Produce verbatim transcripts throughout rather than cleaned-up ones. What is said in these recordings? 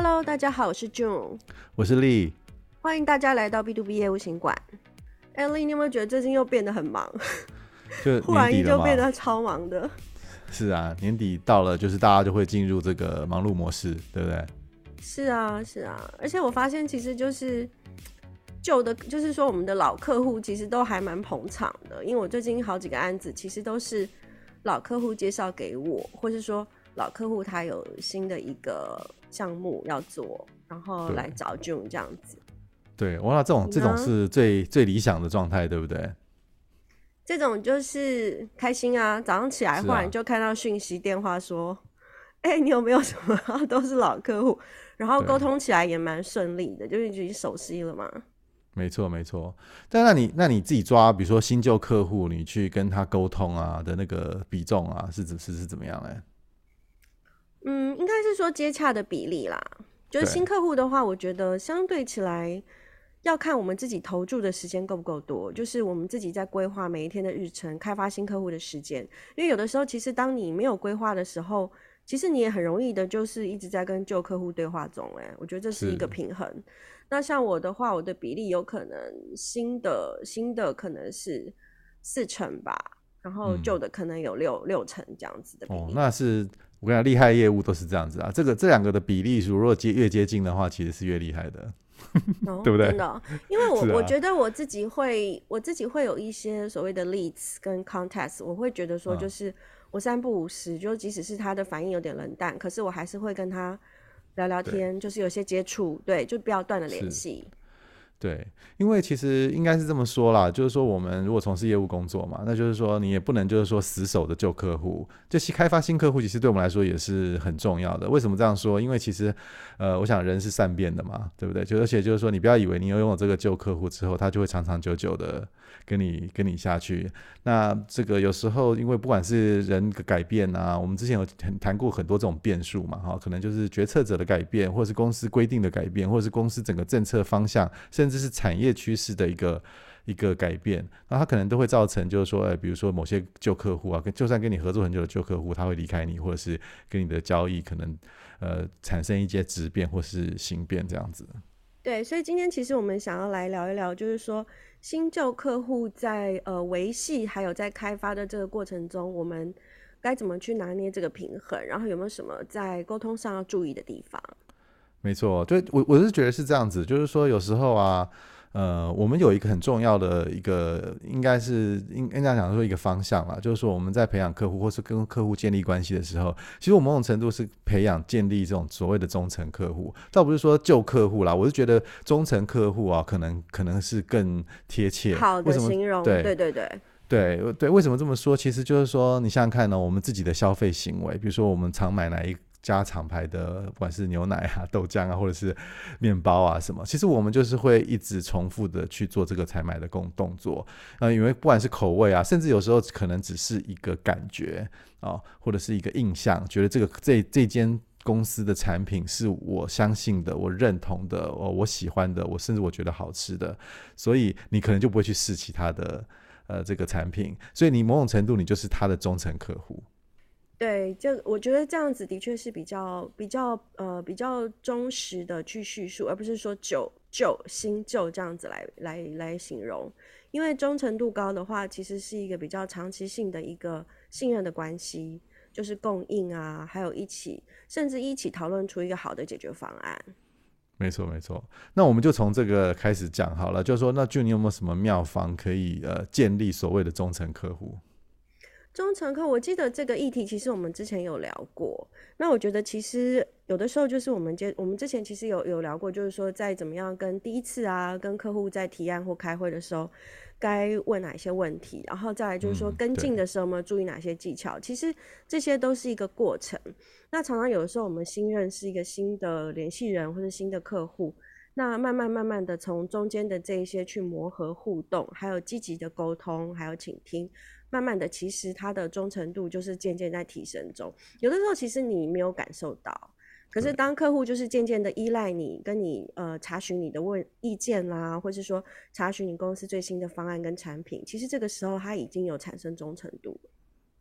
Hello， 大家好，我是 June， 我是丽， 欢迎大家来到 B to B 业务行馆。哎，丽，你有没有觉得最近又变得很忙？ 就忽然年底了嘛， 就变得超忙的。 是啊，年底到了，就是大家就会进入这个忙碌模式，对不对？ 是啊，是啊，而且我发现其实就是旧的，就是说我们的老客户其实都还蛮捧场的，因为我最近好几个案子其实都是老客户介绍给我，或是说老客户他有新的一个项目要做，然后来找 June 这样子。 对，哇，这种这种是最最理想的状态，对不对？ 这种就是开心啊！早上起来忽然就看到讯息电话说，哎、欸，你有没有什么？都是老客户，然后沟通起来也蛮顺利的，就是已经熟悉了嘛。 没错，没错。但那你那你自己抓，比如说新旧客户，你去跟他沟通啊的那个比重啊，是是是怎么样呢？ 嗯，应该是说接洽的比例啦。就是新客户的话，我觉得相对起来要看我们自己投注的时间够不够多，就是我们自己在规划每一天的日程，开发新客户的时间。因为有的时候，其实当你没有规划的时候，其实你也很容易的，就是一直在跟旧客户对话中。哎、欸，我觉得这是一个平衡。那像我的话，我的比例有可能新的新的可能是四成吧，然后旧的可能有六、嗯、六成这样子的比例。 哦，那是我跟你讲，厉害业务都是这样子啊。这个这两个的比例，如果接越接近的话，其实是越厉害的。 哦、 对不对？ 真的，因为我、 啊、 我觉得我自己会，我自己会有一些所谓的 leads 跟 contacts， 我会觉得说，就是我三不五时，就即使是他的反应有点冷淡，可是我还是会跟他聊聊天，就是有些接触，对，就不要断了联系。 对，因为其实应该是这么说啦，就是说我们如果从事业务工作嘛，那就是说你也不能就是说死守的旧客户，就开发新客户，其实对我们来说也是很重要的。为什么这样说？因为其实，呃，我想人是善变的嘛，对不对？就而且就是说，你不要以为你拥有这个旧客户之后，他就会长长久久的跟你跟你下去。那这个有时候因为不管是人的改变啊，我们之前有谈过很多这种变数嘛，哈，可能就是决策者的改变，或者是公司规定的改变，或者是公司整个政策方向，甚至这是产业趋势的一个一个改变，那它可能都会造成，就是说，哎，比如说某些旧客户啊，就算跟你合作很久的旧客户，他会离开你，或者是跟你的交易可能呃产生一些质变或是形变这样子。 对，所以今天其实我们想要来聊一聊，就是说新旧客户在呃维系还有在开发的这个过程中，我们该怎么去拿捏这个平衡，然后有没有什么在沟通上要注意的地方？ 没错，就我我是觉得是这样子，就是说有时候啊，呃，我们有一个很重要的一个，应该是应应该讲说一个方向啦，就是说我们在培养客户或是跟客户建立关系的时候，其实我某种程度是培养建立这种所谓的忠诚客户，倒不是说旧客户啦，我是觉得忠诚客户啊，可能可能是更贴切。 好的形容， 对对对对。 对对，为什么这么说？其实就是说，你想想看呢，我们自己的消费行为，比如说我们常买哪一家厂牌的，不管是牛奶啊、豆浆啊，或者是面包啊什么，其实我们就是会一直重复的去做这个采买的动作。呃，因为不管是口味啊，甚至有时候可能只是一个感觉啊，或者是一个印象，觉得这个这这间公司的产品是我相信的、我认同的、我我喜欢的，我甚至我觉得好吃的，所以你可能就不会去试其他的。呃，这个产品，所以你某种程度你就是他的忠诚客户。 对，这我觉得这样子的确是比较比较呃比较忠实的去叙述，而不是说旧旧新旧这样子来来来形容。因为忠诚度高的话，其实是一个比较长期性的一个信任的关系，就是供应啊，还有一起甚至一起讨论出一个好的解决方案。 没错没错，那我们就从这个开始讲好了，就是说那June你有没有什么妙方可以呃建立所谓的忠诚客户？ 忠诚客，我记得这个议题其实我们之前有聊过。那我觉得其实有的时候就是我们接我们之前其实有有聊过，就是说在怎么样跟第一次啊跟客户在提案或开会的时候，该问哪些问题，然后再来就是说跟进的时候我们注意哪些技巧。其实这些都是一个过程。那常常有的时候我们新认识一个新的联系人或是新的客户，那慢慢慢慢的从中间的这一些去磨合互动，还有积极的沟通，还有倾听。慢慢的其实他的忠诚度就是渐渐在提升中，有的时候其实你没有感受到，可是当客户就是渐渐的依赖你，跟你呃查询你的问意见啦，或是说查询你公司最新的方案跟产品，其实这个时候他已经有产生忠诚度了。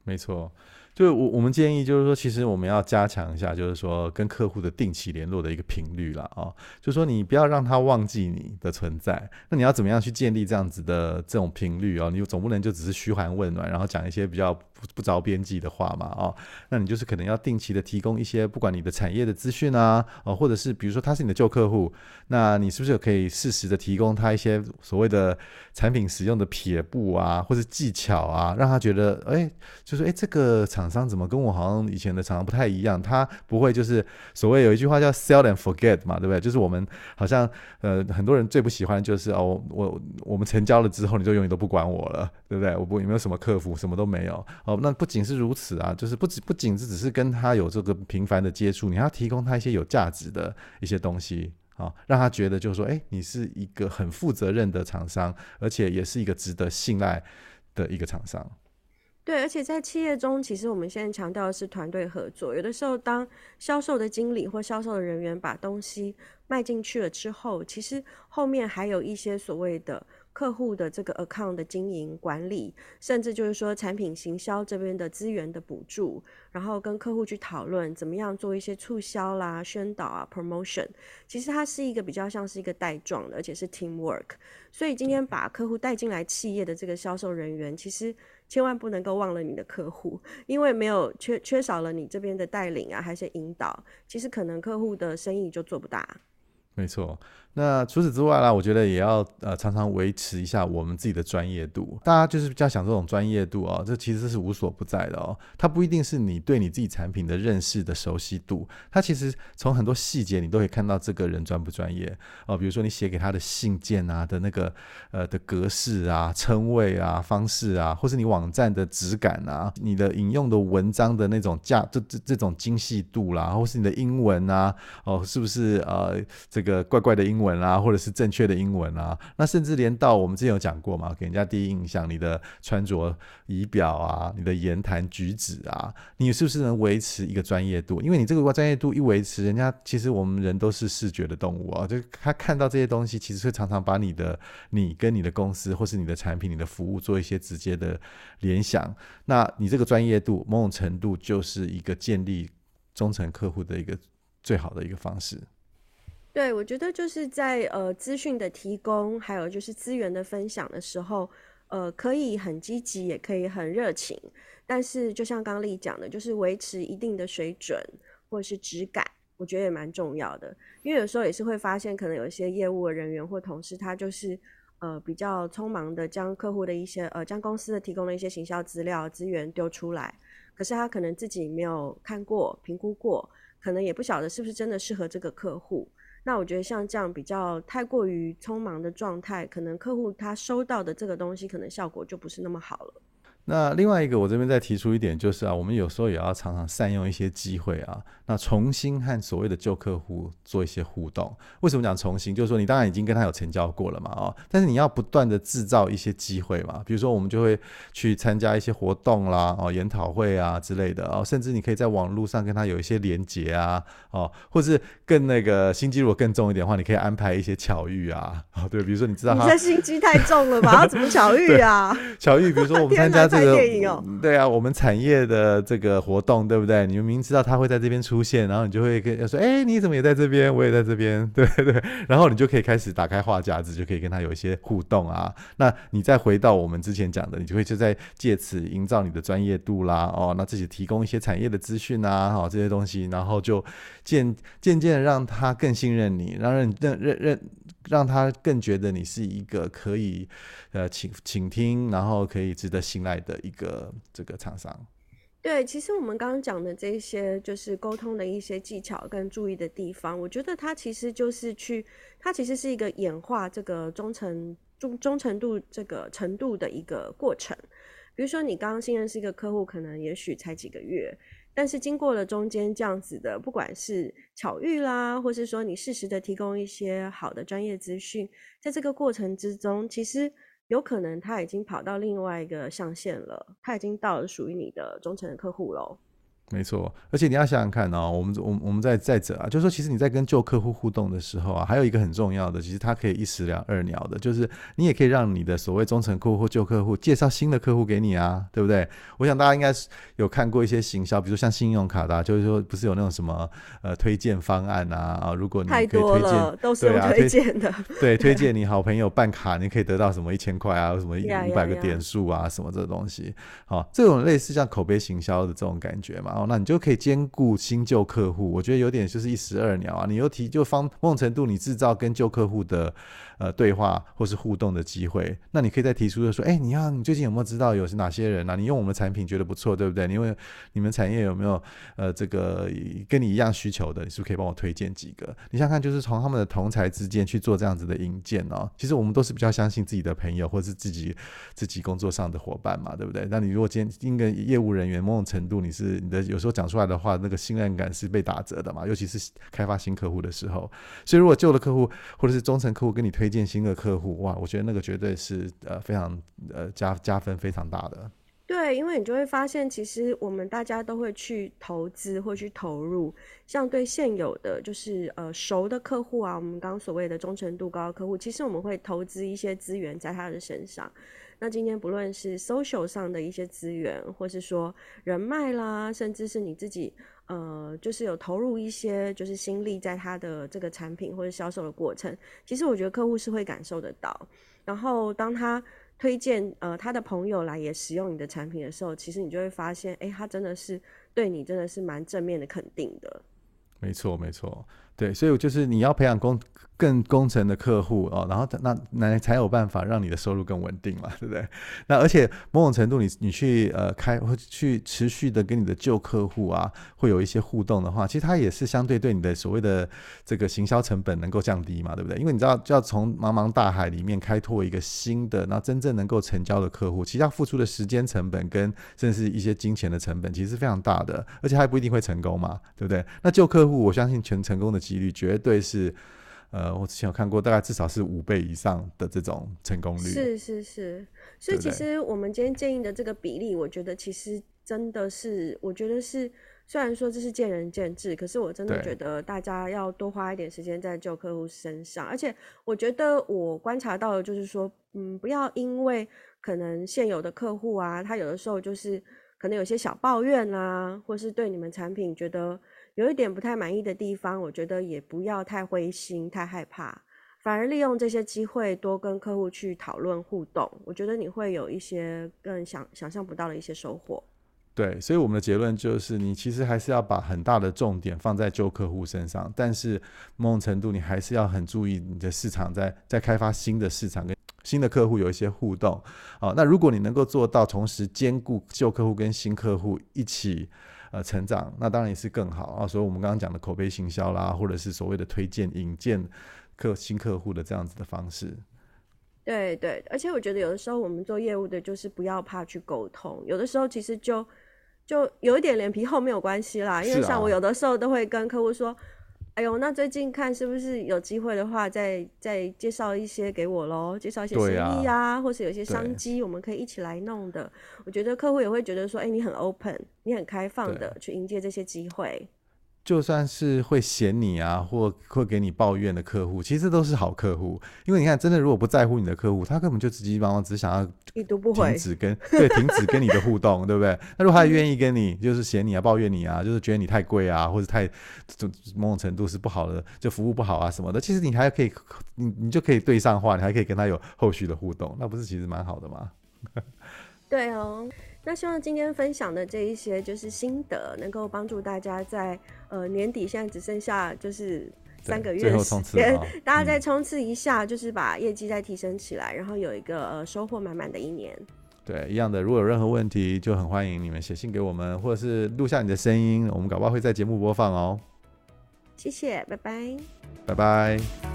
没错，就我我们建议就是说，其实我们要加强一下，就是说跟客户的定期联络的一个频率啦。哦，就是说你不要让他忘记你的存在。那你要怎么样去建立这样子的这种频率哦？你总不能就只是嘘寒问暖，然后讲一些比较不不着边际的话嘛。哦，那你就是可能要定期的提供一些，不管你的产业的资讯啊，哦，或者是比如说他是你的旧客户，那你是不是可以适时的提供他一些所谓的产品使用的撇步啊，或者技巧啊，让他觉得哎。就是哎，这个厂商怎么跟我好像以前的厂商不太一样？他不会就是所谓有一句话叫 sell and forget 嘛，对不对？就是我们好像呃很多人最不喜欢的就是哦，我我们成交了之后你就永远都不管我了，对不对？我不有没有什么客服，什么都没有哦。那不仅是如此啊，就是不不仅是只是跟他有这个频繁的接触，你还要提供他一些有价值的一些东西。哦，让他觉得就是说，哎，你是一个很负责任的厂商，而且也是一个值得信赖的一个厂商。 对，而且在企业中，其实我们现在强调的是团队合作。有的时候，当销售的经理或销售的人员把东西卖进去了之后，其实后面还有一些所谓的客户的这个 account 的经营管理，甚至就是说产品行销这边的资源的补助，然后跟客户去讨论怎么样做一些促销啦、宣导啊、promotion。其实它是一个比较像是一个带状的，而且是 teamwork。所以今天把客户带进来企业的这个销售人员，其实千万不能够忘了你的客户，因为没有缺缺少了你这边的带领啊，还是引导，其实可能客户的生意就做不大。 没错，那除此之外啦，我觉得也要呃常常维持一下我们自己的专业度。大家就是比较想这种专业度哦，这其实是无所不在的哦。它不一定是你对你自己产品的认识的熟悉度，它其实从很多细节你都可以看到这个人专不专业哦。比如说你写给他的信件啊的那个呃的格式啊、称谓啊、方式啊，或是你网站的质感啊、你的引用的文章的那种价这这这种精细度啦，或是你的英文啊哦是不是呃这个怪怪的英文啊，或者是正确的英文啊，那甚至连到我们之前有讲过嘛，给人家第一印象，你的穿着仪表啊，你的言谈举止啊，你是不是能维持一个专业度？因为你这个专业度一维持，人家其实我们人都是视觉的动物啊，就他看到这些东西，其实会常常把你的你跟你的公司或是你的产品、你的服务做一些直接的联想。那你这个专业度，某种程度就是一个建立忠诚客户的一个最好的一个方式。 对，我觉得就是在呃资讯的提供，还有就是资源的分享的时候，呃，可以很积极，也可以很热情，但是就像刚刚丽讲的，就是维持一定的水准或者是质感，我觉得也蛮重要的。因为有时候也是会发现，可能有一些业务的人员或同事，他就是呃比较匆忙的将客户的一些呃将公司的提供的一些行销资料资源丢出来，可是他可能自己没有看过、评估过，可能也不晓得是不是真的适合这个客户。那我觉得像这样比较太过于匆忙的状态，可能客户他收到的这个东西，可能效果就不是那么好了。 那另外一个，我这边再提出一点，就是啊，我们有时候也要常常善用一些机会啊，那重新和所谓的旧客户做一些互动。为什么讲重新？就是说你当然已经跟他有成交过了嘛，哦，但是你要不断的制造一些机会嘛。比如说我们就会去参加一些活动啦，哦，研讨会啊之类的，哦，甚至你可以在网络上跟他有一些连结啊，哦，或是更那个心机如果更重一点的话，你可以安排一些巧遇啊，哦，对，比如说你知道他， 你这心机太重了吧？要怎么巧遇啊？ 巧遇，比如说我们参加这个， 哦， 对啊，我们产业的这个活动，对不对？你们明知道他会在这边出现，然后你就会跟他说，哎，你怎么也在这边？我也在这边，对对。然后你就可以开始打开话匣子，就可以跟他有一些互动啊。那你再回到我们之前讲的，你就会就在借此营造你的专业度啦，哦，那自己提供一些产业的资讯啊，哦，这些东西，然后就渐渐渐让他更信任你，让认认认认。让他更觉得你是一个可以呃倾倾听，然后可以值得信赖的一个这个厂商。 对，其实我们刚刚讲的这些就是沟通的一些技巧跟注意的地方，我觉得它其实就是去，它其实是一个演化这个忠诚忠忠诚度这个程度的一个过程。比如说你刚刚新认识一个客户，可能也许才几个月，但是经过了中间这样子的，不管是巧遇啦，或是说你适时的提供一些好的专业资讯，在这个过程之中，其实有可能他已经跑到另外一个象限了，他已经到了属于你的忠诚的客户咯。 没错，而且你要想想看哦，我们我们我们在在者啊，就是说，其实你在跟旧客户互动的时候啊，还有一个很重要的，其实它可以一石两二鸟的，就是你也可以让你的所谓忠诚客户或旧客户介绍新的客户给你啊，对不对？我想大家应该是有看过一些行销，比如说像信用卡的、啊，就是说不是有那种什么呃推荐方案啊啊，如果你可以推荐， 太多了，都是用推荐的， 对，推荐你好朋友办卡，你可以得到什么一千块啊，什么五百个点数啊， yeah, yeah, yeah. 什么这东西，好，这种类似像口碑行销的这种感觉嘛。那你就可以兼顾新旧客户，我觉得有点就是一石二鸟啊。你又提就方某种程度你制造跟旧客户的呃对话或是互动的机会，那你可以再提出的说，哎、欸，你要你最近有没有知道有哪些人啊？你用我们的产品觉得不错，对不对？因为你们产业有没有呃这个跟你一样需求的？你是不是可以帮我推荐几个？你想想看，就是从他们的同才之间去做这样子的引荐哦。其实我们都是比较相信自己的朋友或是自己自己工作上的伙伴嘛，对不对？那你如果今天一个业务人员某种程度你是你的有时候讲出来的话，那个信任感是被打折的嘛，尤其是开发新客户的时候。所以如果旧的客户或者是忠诚客户跟你推荐新的客户，哇，我觉得那个绝对是呃非常呃加加分非常大的。 对，因为你就会发现，其实我们大家都会去投资或去投入，像对现有的就是呃熟的客户啊，我们刚刚所谓的忠诚度高的客户，其实我们会投资一些资源在他的身上。那今天不论是 social 上的一些资源，或是说人脉啦，甚至是你自己呃，就是有投入一些就是心力在他的这个产品或者销售的过程，其实我觉得客户是会感受得到。然后当他推荐呃他的朋友来也使用你的产品的时候，其实你就会发现，哎，他真的是对你真的是蛮正面的肯定的。 没错，没错，对，所以就是你要培养工更忠诚的客户哦，然后那那才有办法让你的收入更稳定嘛，对不对？那而且某种程度你，你你去呃开或去持续的跟你的旧客户啊，会有一些互动的话，其实它也是相对对你的所谓的这个行销成本能够降低嘛，对不对？因为你知道，就要从茫茫大海里面开拓一个新的，然后真正能够成交的客户，其实要付出的时间成本跟甚至一些金钱的成本，其实是非常大的，而且还不一定会成功嘛，对不对？那旧客户，我相信全成功的几率绝对是，呃，我之前有看过，大概至少是五倍以上的这种成功率。 是是是，所以其实我们今天建议的这个比例，我觉得其实真的是，我觉得是，虽然说这是见仁见智，可是我真的觉得大家要多花一点时间在旧客户身上。而且我觉得我观察到的就是说，嗯，不要因为可能现有的客户啊，他有的时候就是可能有些小抱怨啦，或是对你们产品觉得有一点不太满意的地方，我觉得也不要太灰心太害怕，反而利用这些机会多跟客户去讨论互动，我觉得你会有一些更想想象不到的一些收获。 对，所以我们的结论就是你其实还是要把很大的重点放在旧客户身上，但是某种程度你还是要很注意你的市场在在开发新的市场跟新的客户有一些互动、哦、那如果你能够做到同时兼顾旧客户跟新客户一起呃成长，那当然也是更好啊。所以我们刚刚讲的口碑行销啦，或者是所谓的推荐引荐客新客户的这样子的方式。 对对，而且我觉得有的时候我们做业务的就是不要怕去沟通，有的时候其实就就有一点脸皮厚没有关系啦，因为像我有的时候都会跟客户说，哎呦，那最近看是不是有机会的话再再介绍一些给我咯，介绍一些生意啊，或是有一些商机我们可以一起来弄的。我觉得客户也会觉得说，哎，你很 open， 你很开放的去迎接这些机会。 就算是会嫌你啊，或会给你抱怨的客户，其实都是好客户。因为你看，真的如果不在乎你的客户，他根本就急急忙忙只想要已读不回， 停止跟对停止跟你的互动，对不对？那如果他愿意跟你，就是嫌你啊、抱怨你啊，就是觉得你太贵啊，或者太某种程度是不好的，就服务不好啊什么的，其实你还可以，你你就可以对上话，你还可以跟他有后续的互动，那不是其实蛮好的吗？ 对哦。那希望今天分享的这一些就是心得，能够帮助大家在呃年底，现在只剩下就是三个月的时间，大家再冲刺一下、嗯，就是把业绩再提升起来，然后有一个呃收获满满的一年。 对，一样的，如果有任何问题，就很欢迎你们写信给我们，或者是录下你的声音，我们搞不好会在节目播放哦。 谢谢，拜拜， 拜拜。